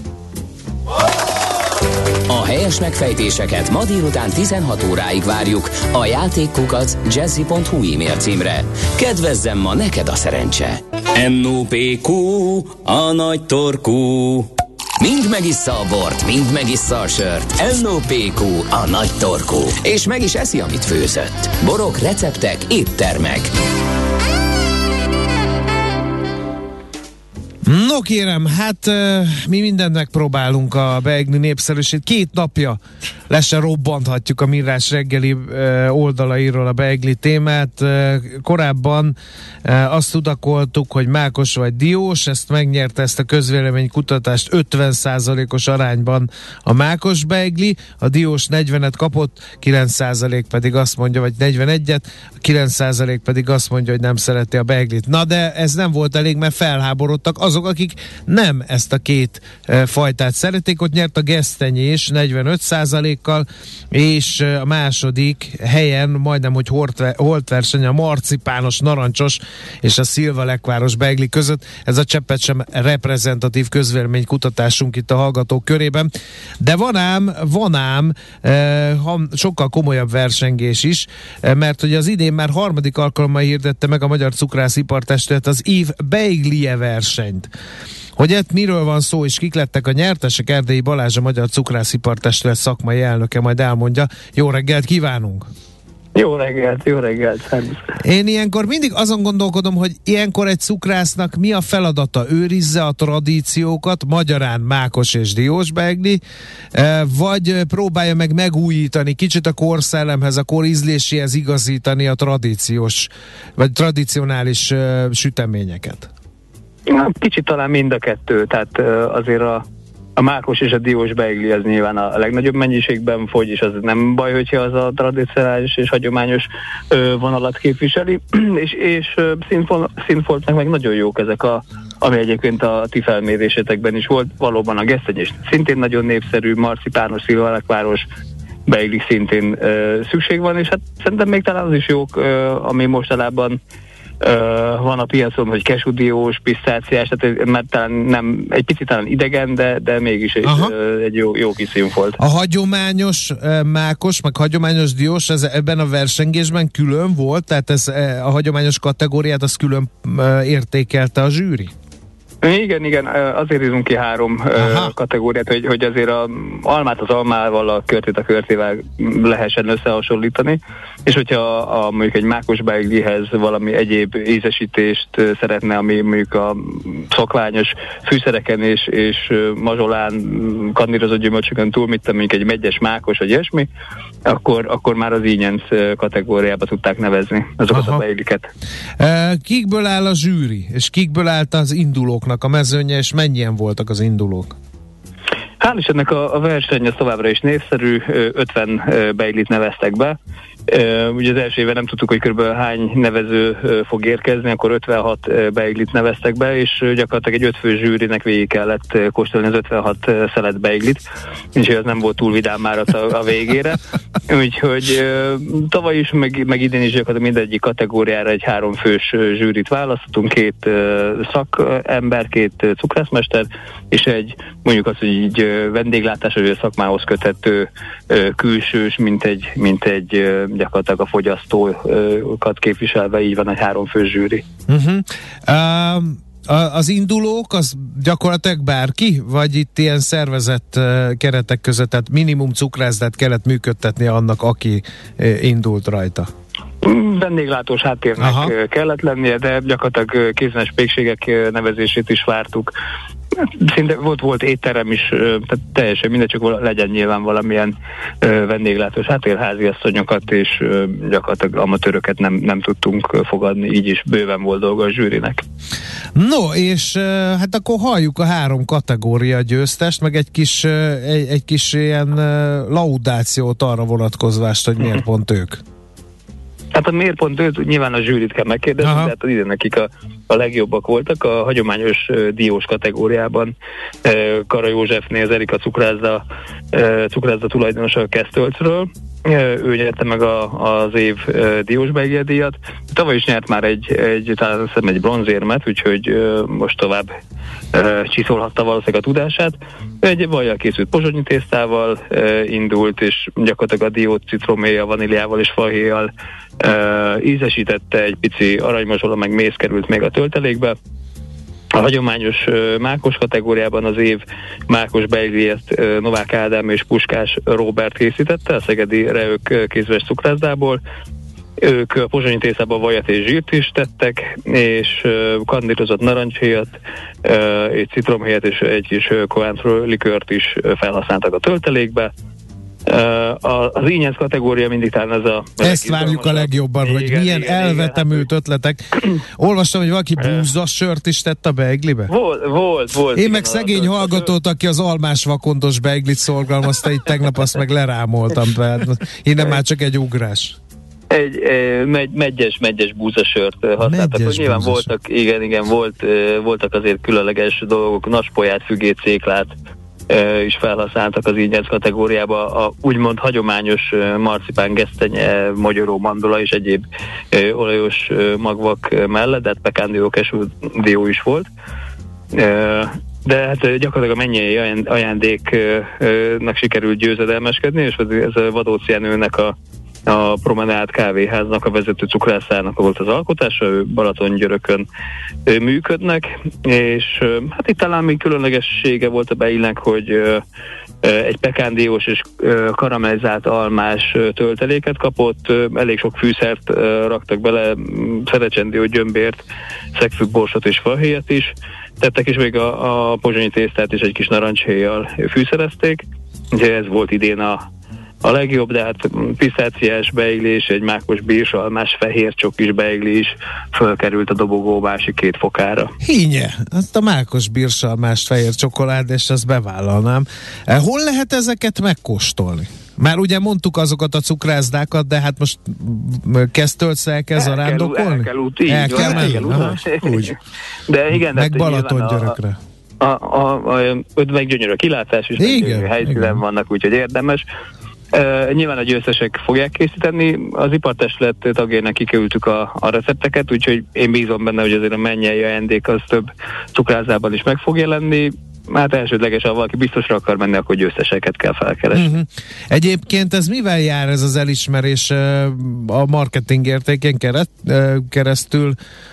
A helyes megfejtéseket ma délután tizenhat óráig várjuk a játékkukac jazzy pont hu e-mail címre. Kedvezzem ma neked a szerencse! en o pé kú, a nagy torkú. Mind megissza a bort, mind megissza a sört. en o pé kú, a nagy torkú. És meg is eszi, amit főzött. Borok, receptek, éttermek. No kérem, hát uh, mi mindent megpróbálunk a beigli népszerűsét. Két napja le se robbanthatjuk a Millás reggeli uh, oldalairól a beigli témát. Uh, korábban uh, azt tudakoltuk, hogy mákos vagy diós, ezt megnyerte ezt a közvéleménykutatást ötven százalékos arányban a mákos beigli, a diós negyvenet kapott, kilenc százalék pedig azt mondja, vagy negyvenegyet, kilenc százalék pedig azt mondja, hogy nem szereti a beiglit. Na de ez nem volt elég, mert felháborodtak azok azok, akik nem ezt a két fajtát szeretik. Ott nyert a gesztenyés negyvenöt százalékkal, és a második helyen majdnem, hogy holt verseny a marcipános, narancsos és a szilvalekváros beigli között. Ez a cseppet sem reprezentatív közvéleménykutatásunk itt a hallgatók körében. De van ám, van ám eh, sokkal komolyabb versengés is, eh, mert hogy az idén már harmadik alkalommal hirdette meg a Magyar Cukrászipartestület az Év Beiglie versenyt. Hogy itt miről van szó, és kik lettek a nyertesek, Erdélyi Balázs, a Magyar Cukrászipartestület szakmai elnöke majd elmondja. Jó reggelt kívánunk! Jó reggelt, jó reggelt, szervusz. Én ilyenkor mindig azon gondolkodom, hogy ilyenkor egy cukrásznak mi a feladata? Őrizze a tradíciókat, magyarán mákos és diós beigli, vagy próbálja meg megújítani, kicsit a korszellemhez, a kor ízléséhez igazítani a tradíciós, vagy tradicionális süteményeket? Na, kicsit talán mind a kettő, tehát azért a A mákos és a diós beigli az nyilván a legnagyobb mennyiségben fogy, és az nem baj, hogyha az a tradicionális és hagyományos ö, vonalat képviseli, és, és színfoltnak meg nagyon jók ezek, a, ami egyébként a ti felmérésetekben is volt, valóban a gesztenyés szintén nagyon népszerű, marcipános, szilvalekváros beigli szintén ö, szükség van, és hát szerintem még talán az is jók, ö, ami mostanában Uh, van a piacon, hogy kesudiós, pisztáciás, tehát mert talán nem, egy picit talán idegen, de, de mégis egy, uh, egy jó, jó kis színfolt. A hagyományos uh, mákos, meg hagyományos diós, ez ebben a versengésben külön volt, tehát ez uh, a hagyományos kategóriát az külön uh, értékelte a zsűri? Igen, igen, azért írunk ki három Aha. kategóriát, hogy, hogy azért az almát az almával, a körtét a körtével lehessen összehasonlítani, és hogyha a, a, mondjuk egy mákos beiglihez valami egyéb ízesítést szeretne, ami mondjuk a szokványos fűszereken és, és mazsolán, kannírozott gyümölcsökön túl, mit mondjuk egy megyes mákos, vagy ilyesmi, akkor, akkor már az ínyenc kategóriába tudták nevezni azokat Aha. a beigliket. Kikből áll a zsűri, és kikből állt az indulóknak a mezőnye, és mennyien voltak az indulók? Hál' Istennek a, a verseny az továbbra is népszerű, ötven beiglit neveztek be. Ugye az első éve nem tudtuk, hogy kb. Hány nevező fog érkezni, akkor ötvenhat beiglit neveztek be, és gyakorlatilag egy ötfő zsűrinek végig kellett kóstolni az ötvenhat szelet beiglit, úgyhogy ez nem volt túl vidám már a, a végére. Úgyhogy tavaly is, meg, meg idén is gyakorlatilag mindegyik kategóriára egy háromfős zsűrit választottunk, két szakember, két cukrászmester, és egy mondjuk azt, hogy így vendéglátás, vagy a szakmához köthető külsős, mint egy, mint egy gyakorlatilag a fogyasztókat képviselve, így van egy háromfős zsűri. Uh-huh. Um, az indulók, az gyakorlatilag bárki? Vagy itt ilyen szervezett keretek között, tehát minimum cukrászdát kellett működtetni annak, aki indult rajta? Vendéglátós háttérnek Aha. kellett lennie, de gyakorlatilag kézműves pékségek nevezését is vártuk. Szinte volt, volt étterem is, tehát teljesen mindegy, csak legyen nyilván valamilyen vendéglátós háttér, háziasszonyokat, és gyakorlatilag amatőröket nem, nem tudtunk fogadni, így is bőven volt dolga a zsűrinek. No, és hát akkor halljuk a három kategória győztest, meg egy kis, egy, egy kis ilyen laudációt arra vonatkozvást, hogy miért pont ők. Hát a miért pont őt, nyilván a zsűrit kell megkérdezni, de hát ide nekik a, a legjobbak voltak. A hagyományos uh, diós kategóriában uh, Kara Józsefné, az Erika cukrászda, uh, cukrászda tulajdonosa a Kesztölcről. Uh, ő nyerte meg a, az év uh, diós beigli díjat. Tavaly is nyert már egy, egy talán azt hiszem egy bronzérmet, úgyhogy uh, most tovább uh, csiszolhatta valószínűleg a tudását. Egy vajjal készült pozsonyi tésztával uh, indult, és gyakorlatilag a diót citroméjjal, vaníliával és fahéjjal uh, ízesítette, egy pici aranymazsola meg méz került még a töltelékbe. A hagyományos uh, mákos kategóriában az év mákos beigliét uh, Novák Ádám és Puskás Róbert készítette a szegedi Reők kézműves cukrászdából. Ők a pozsonyi tésztában vajat és zsírt is tettek, és uh, kandírozott narancshéjat, uh, egy citromhéjat és egy kis uh, koántról likört is uh, felhasználtak a töltelékbe. Uh, az ínyenc kategória mindig talán ez a... Ezt várjuk a legjobban, igen, hogy milyen igen, elvetemült igen. ötletek. Olvastam, hogy valaki búzzas sört is tett a beiglibe? Volt, volt, volt. Én igen, meg szegény az, hallgatót, aki az almás vakondos beiglit szorgalmazta, így tegnap azt meg lerámoltam, mert innen már csak egy ugrás. Egy megy, megyes, megyes búzasört használtak. Megyes nyilván búzasört. voltak, igen, igen, volt, voltak azért különleges dolgok, naspolyát, fügét, céklát is felhasználtak az ínyec kategóriába, a úgymond hagyományos marcipán, gesztenye, mogyoró, mandula és egyéb olajos magvak mellett, de hát pekándió, kesúdió is volt. De hát gyakorlatilag a mennyei ajándéknak sikerült győzedelmeskedni, és ez a Vadóciánőnek a a Promenád kávéháznak, a vezető cukrászának volt az alkotása, ő Balatongyörökön működnek, és hát itt talán még különlegessége volt a beillnek, hogy egy pekándiós és karamellizált almás tölteléket kapott, elég sok fűszert raktak bele, szerecsendió, gyömbért, szegfüggborsot és fahéjat is tettek, és még a, a pozsonyi tésztát is egy kis narancshéjjal fűszerezték. Ugye ez volt idén a A legjobb, de hát pisztáciás beigli, egy mákos bírsalmás fehér csokis beigli is fölkerült a dobogó másik két fokára. Hínye, azt a mákos bírsalmás fehér csokolád, és azt bevállalnám. Hol lehet ezeket megkóstolni? Már ugye mondtuk azokat a cukrászdákat, de hát most Kesztölcre elkezd zarándokolni? El kell út, így el kell menni. Úgy. De igen, meg Balatongyörökre. A, a, a, a, meg gyönyörű a kilátás is, meg helyszínen vannak, úgyhogy érdemes. Uh, nyilván a győztesek fogják készíteni, az ipartestület tagjainak kiküldtük a, a recepteket, úgyhogy én bízom benne, hogy azért a mennyei ajándék az több cukrázában is meg fog jelenni. Hát elsődlegesen, ha valaki biztosra akar menni, akkor győzteseket kell felkeresni. Uh-huh. Egyébként ez mivel jár ez az elismerés? A marketing értékén keresztül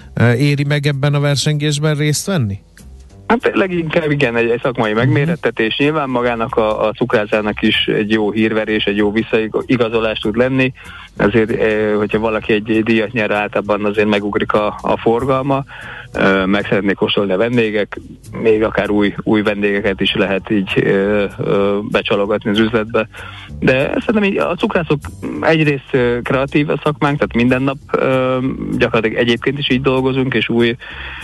éri meg ebben a versengésben részt venni? Hát leginkább igen, egy, egy szakmai megmérettetés, nyilván magának a, a cukrászának is egy jó hírverés, egy jó visszaigazolás tud lenni, azért, hogyha valaki egy díjat nyer, általában azért megugrik a, a forgalma, meg szeretnék kóstolni a vendégek, még akár új, új vendégeket is lehet így becsalogatni az üzletbe. De szerintem így a cukrászok egyrészt kreatív a szakmánk, tehát minden nap gyakorlatilag egyébként is így dolgozunk, és új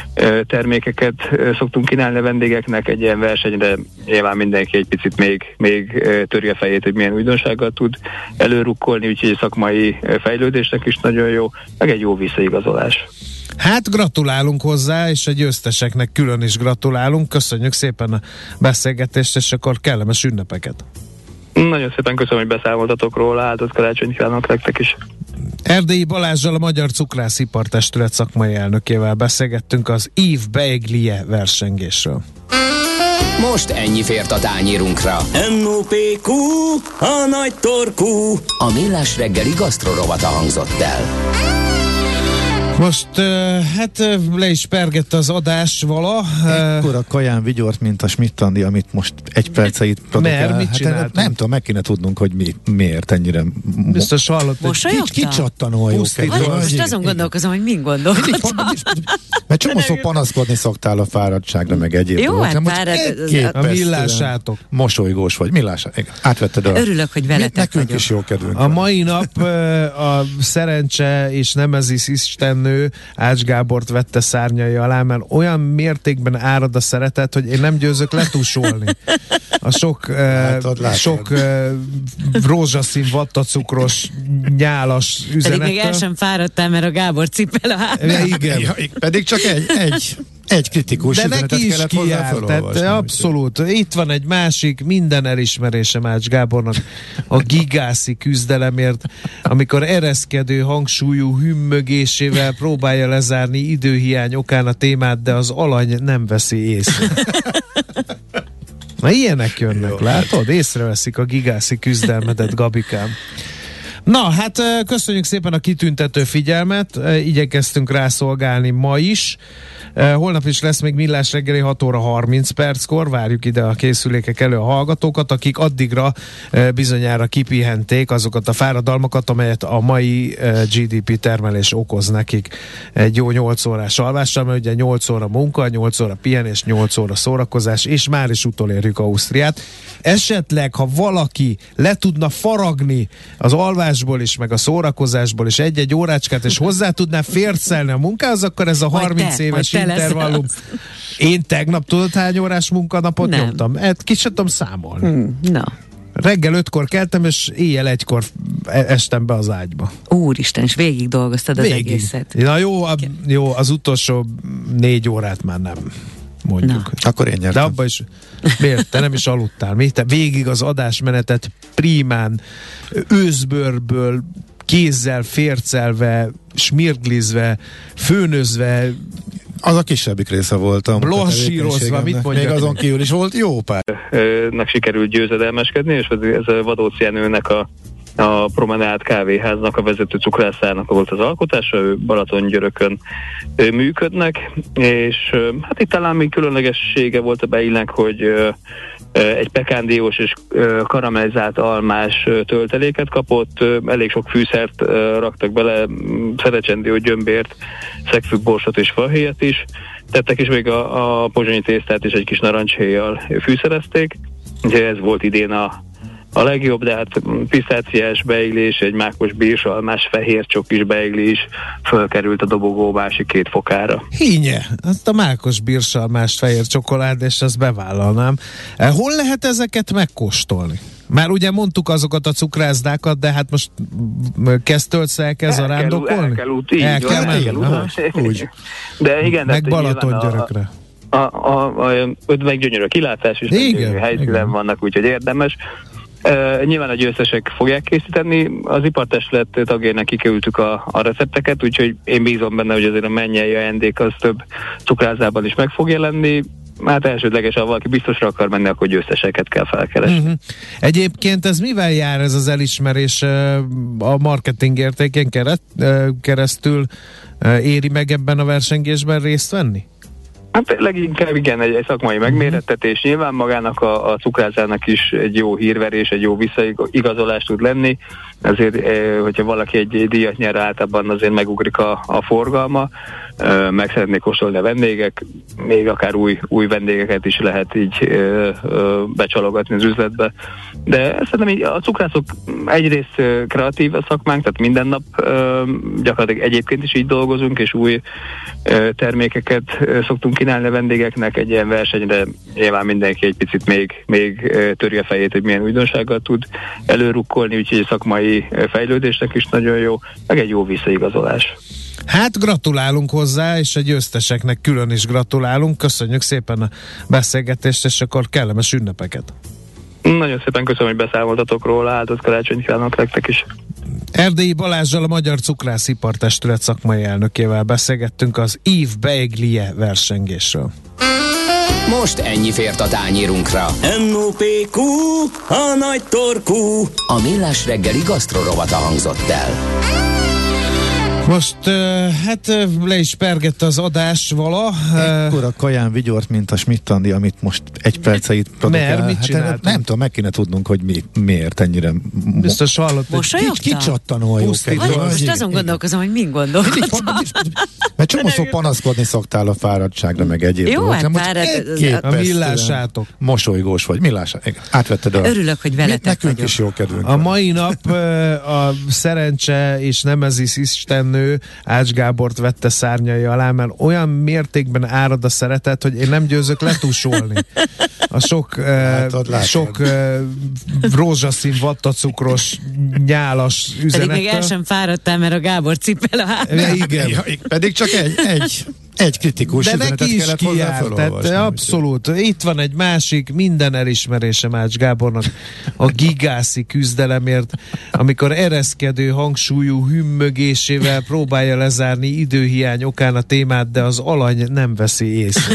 termékeket szoktunk kínálni a vendégeknek. Egy ilyen versenyre nyilván mindenki egy picit még, még törje fejét, hogy milyen újdonsággal tud előrukkolni, úgyhogy a szakmai fejlődésnek is nagyon jó, meg egy jó visszaigazolás. Hát gratulálunk hozzá, és a győzteseknek külön is gratulálunk. Köszönjük szépen a beszélgetést, és akkor kellemes ünnepeket. Nagyon szépen köszönöm, hogy beszámoltatok róla, áldott karácsonyt kívánok nektek is. Erdélyi Balázsral, a Magyar Cukrászipartestület szakmai elnökével beszélgettünk az Ív Beiglie versengésről. Most ennyi fért a tányérunkra. em o pé kú, a nagy torkú. A Millás reggeli gasztrorovata hangzott el. Most uh, hát uh, le is pergett az adás vala. Ekkora kaján vigyort, mint a Schmidt-Andi, amit most egy perceit produkál. Mert mit csináltunk? Hát, nem tudom, meg kéne tudnunk, hogy mi, miért ennyire biztos hallott. Mosolyogtam? Kicsattanó jó. Most azon gondolkozom, hogy mind gondolkodtam. Mert csomószó panaszkodni szoktál a fáradtságra, meg egyéb. Jó, hát pár, a millásátok. Mosolygós vagy, millásátok. Átvetted a... Örülök, hogy veletek nekünk vagyok. is jó kedvünk. A mai nap a szerencse és Nemezis istennő Ács Gábort vette szárnyai alá, mert olyan mértékben árad a szeretet, hogy én nem győzök letusolni. A sok, látod, látod. sok rózsaszín, vattacukros, nyálas üzenettől. Pedig még el sem fáradtál, mert a Gábor cipel a hátán. Igen. Ja, pedig csak egy, egy, egy kritikus de üzenetet neki is kellett hozzá felolvasni. Abszolút. Itt van egy másik, minden elismerésem Ács Gábornak a gigászi küzdelemért, amikor ereszkedő hangsúlyú hümmögésével próbálja lezárni időhiány okán a témát, de az alany nem veszi észre. Na ilyenek jönnek, jó, látod? Észreveszik a gigászi küzdelmedet, Gabikám. Na, hát köszönjük szépen a kitüntető figyelmet, igyekeztünk rászolgálni ma is. Holnap is lesz még Millás reggeli hat óra harminc perckor, várjuk ide a készülékek elő a hallgatókat, akik addigra bizonyára kipihenték azokat a fáradalmakat, amelyet a mai gé dé pé termelés okoz nekik egy jó nyolc órás alvással, mert ugye nyolc óra munka, nyolc óra pihenés, nyolc óra szórakozás, és már is utolérjük Ausztriát. Esetleg, ha valaki le tudna faragni az alvásból is, meg a szórakozásból is egy-egy órácskát, és hozzá tudná fércelni a munkához, akkor ez a harminc te, éves intervallum. Én tegnap tudod hány órás munkanapot nem. nyomtam? Hát ki sem tudom számolni. Hmm, na. Reggel ötkor keltem, és éjjel egykor estem be az ágyba. Úristen, és végig dolgoztad az végig. egészet. Na jó, a, jó, az utolsó négy órát már nem mondjuk. Na. Akkor én nyertem. De abban is, miért? Te nem is aludtál. Mi? Te végig az adásmenetet prímán, őszbőrből, kézzel fércelve, smirglizve, főnözve, az a kisebbik része volt. Lassírozva, mit mondjak? Még azon kívül is volt jó pár. Nak sikerült győzedelmeskedni, és ez a Vadóci Jenőnek a, a Promenád kávéháznak, a vezető cukrászának volt az alkotása, ő Balatongyörökön ő működnek, és hát itt talán még különlegessége volt a beillnek, hogy egy pekándiós és karamellizált almás tölteléket kapott, elég sok fűszert raktak bele, szerecsendió, gyömbért, szegfüggborsot és fahéjat is tettek, és még a, a pozsonyi tésztát is egy kis narancshéjjal fűszerezték. Ugye ez volt idén a, a legjobb, de hát pisztáciás beigli és egy mákos bírsalmás fehér csokis beigli is fölkerült a dobogó másik két fokára. Hínye, azt a mákos bírsalmás fehér csokolád, és azt bevállalnám. Hol lehet ezeket megkóstolni? Már ugye mondtuk azokat a cukrászdákat, de hát most kezdtöltsz el kezd zarándokolni? El kell út, így el van, kell el kell út. Úgy. De igen, meg Balatongyörökre. A, a, a, a, a meg gyönyörű a kilátás is, helyszínen vannak, úgyhogy érdemes. Uh, nyilván a győztesek fogják készíteni, az ipartestület tagjainak kiküldtük a, a recepteket, úgyhogy én bízom benne, hogy azért a mennyei ajándék az több cukrázában is meg fog jelenni. Hát elsődlegesen, ha valaki biztosra akar menni, akkor győzteseket kell felkeresni. Uh-huh. Egyébként ez mivel jár ez az elismerés? A marketing értéken keresztül éri meg ebben a versengésben részt venni? Hát leginkább igen, egy, egy szakmai megmérettetés, nyilván magának a, a cukrászának is egy jó hírverés, egy jó visszaigazolás tud lenni, azért, hogyha valaki egy díjat nyer, általában azért megugrik a, a forgalma, meg szeretnék kóstolni a vendégek, még akár új, új vendégeket is lehet így ö, ö, becsalogatni az üzletbe. De szerintem így a cukrászok egyrészt kreatív a szakmánk, tehát minden nap ö, gyakorlatilag egyébként is így dolgozunk, és új ö, termékeket ö, szoktunk kínálni a vendégeknek egy ilyen versenyre. Nyilván mindenki egy picit még, még töri a fejét, hogy milyen újdonsággal tud előrukkolni, úgyhogy szakmai fejlődésnek is nagyon jó, meg egy jó visszaigazolás. Hát gratulálunk hozzá, és a győzteseknek külön is gratulálunk. Köszönjük szépen a beszélgetést, és akkor kellemes ünnepeket. Nagyon szépen köszönöm, hogy beszámoltatok róla, áldott karácsonyt kívánok nektek is. Erdélyi Balázsral, a Magyar Cukrász-Ipartestület szakmai elnökével beszélgettünk az Ív Beiglie versengésről. Most ennyi fért a tányérunkra. em o pé kú, a nagy torkú. A Millás reggeli gasztrorovata hangzott el. Most uh, hát uh, le is pergett az adás vala. Ekkora kaján vigyort, mint a Schmidt-Andi, amit most egy perceit produkál. Mert mit hát csináltunk? Nem tudom, meg kéne tudnunk, hogy mi, miért ennyire... Biztos hallott. Mosolyogta? Kicsattanó a jó kedvű. Most azon gondolkozom, hogy mind gondolkodtam. Mert csomószor panaszkodni szoktál a fáradtságra, meg egyéb jó, dolgok. hát fárad, a millásátok. Mosolygós vagy. Millás, átvetted a... Örülök, hogy veletek nekünk vagyok. is jó kedvünk A van. mai nap a szerencse és nemezis istennő Ács Gábort vette szárnyai alá, mert olyan mértékben árad a szeretet, hogy én nem győzök letusolni. A sok, látod, uh, látod. sok uh, rózsaszín, vattacukros, nyálas üzenettől. Pedig még el sem fáradtál, mert a Gábor cipel a hátán. Igen. Ja, pedig csak egy, egy, egy kritikus de üzenetet neki is kellett hozzá kijárt, felolvasni. abszolút. Itt van egy másik, minden elismerésem Ács Gábornak a gigászi küzdelemért, amikor ereszkedő hangsúlyú hümmögésével próbálja lezárni időhiány okán a témát, de az alany nem veszi észre.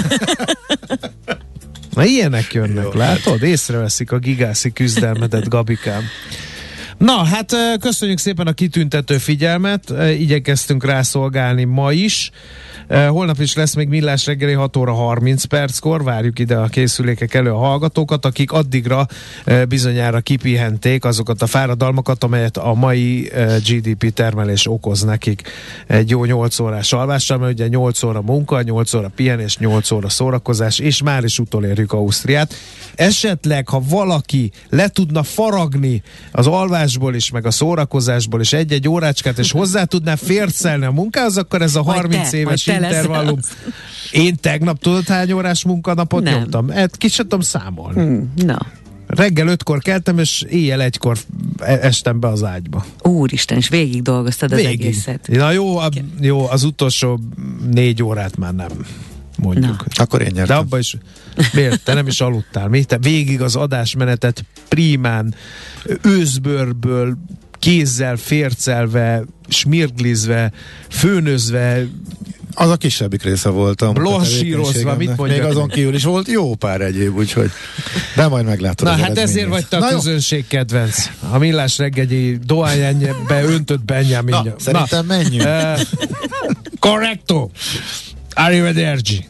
Na ilyenek jönnek, jó, látod? Észreveszik a gigászi küzdelmedet, Gabikám. Na, hát köszönjük szépen a kitüntető figyelmet, igyekeztünk rászolgálni ma is. Holnap is lesz még Millás reggeli hat óra harminc perckor, várjuk ide a készülékek elő a hallgatókat, akik addigra bizonyára kipihenték azokat a fáradalmakat, amelyet a mai gé dé pé termelés okoz nekik egy jó nyolc órás alvással, mert ugye nyolc óra munka, nyolc óra pihenés, nyolc óra szórakozás, és már is utolérjük Ausztriát. Esetleg, ha valaki le tudna faragni az alvásból is, meg a szórakozásból is egy-egy órácskát, és hozzá tudná fércelni a munkához, akkor ez a harminc te, éves intervallum. Én tegnap tudod hány órás munkanapot nem. nyomtam? Hát ki sem tudom számolni. Hmm, na. Reggel ötkor keltem, és éjjel egykor estem be az ágyba. Úristen, és végig dolgoztad az végig. egészet. Na jó, a, jó, az utolsó négy órát már nem mondjuk. Na. Akkor én nyertem. De abban is, miért? Te nem is aludtál. Mi? Te végig az adásmenetet prímán, őszbőrből, kézzel, fércelve, smirglizve, főnözve, az a kisebbik része volt a blansírozva, mit mondjak? Még azon kívül is volt jó pár egyéb, úgyhogy de majd meglátod. Na hát ezért vagy te a közönség kedvenc. A Millás reggeli dohánybe öntött Benjamin. Na, szerintem Na, menjünk. Uh, correcto. Arrivederci.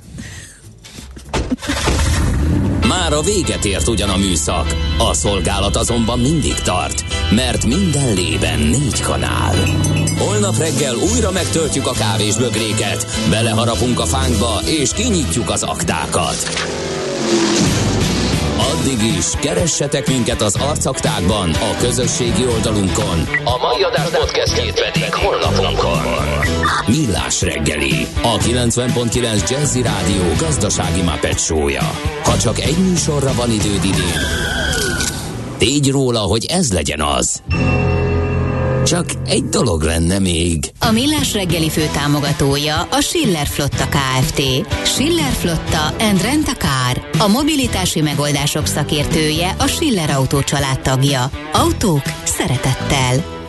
Már a véget ért ugyan a műszak, a szolgálat azonban mindig tart, mert minden lében négy kanál. Holnap reggel újra megtöltjük a kávésbögréket, beleharapunk a fánkba és kinyitjuk az aktákat. Addig is keressetek minket az arcaktákban, a közösségi oldalunkon. A mai adás podcastjét pedig honlapunkon. Millás reggeli, a kilencven pont kilenc Jazzy Rádió gazdasági Muppet show-ja. Ha csak egy műsorra van időd idén, tégy róla, hogy ez legyen az. Csak egy dolog lenne még. A Millás reggeli főtámogatója a Schiller Flotta Kft. Schiller Flotta and Rent a Car. A mobilitási megoldások szakértője, a Schiller Autó család tagja. Autók szeretettel.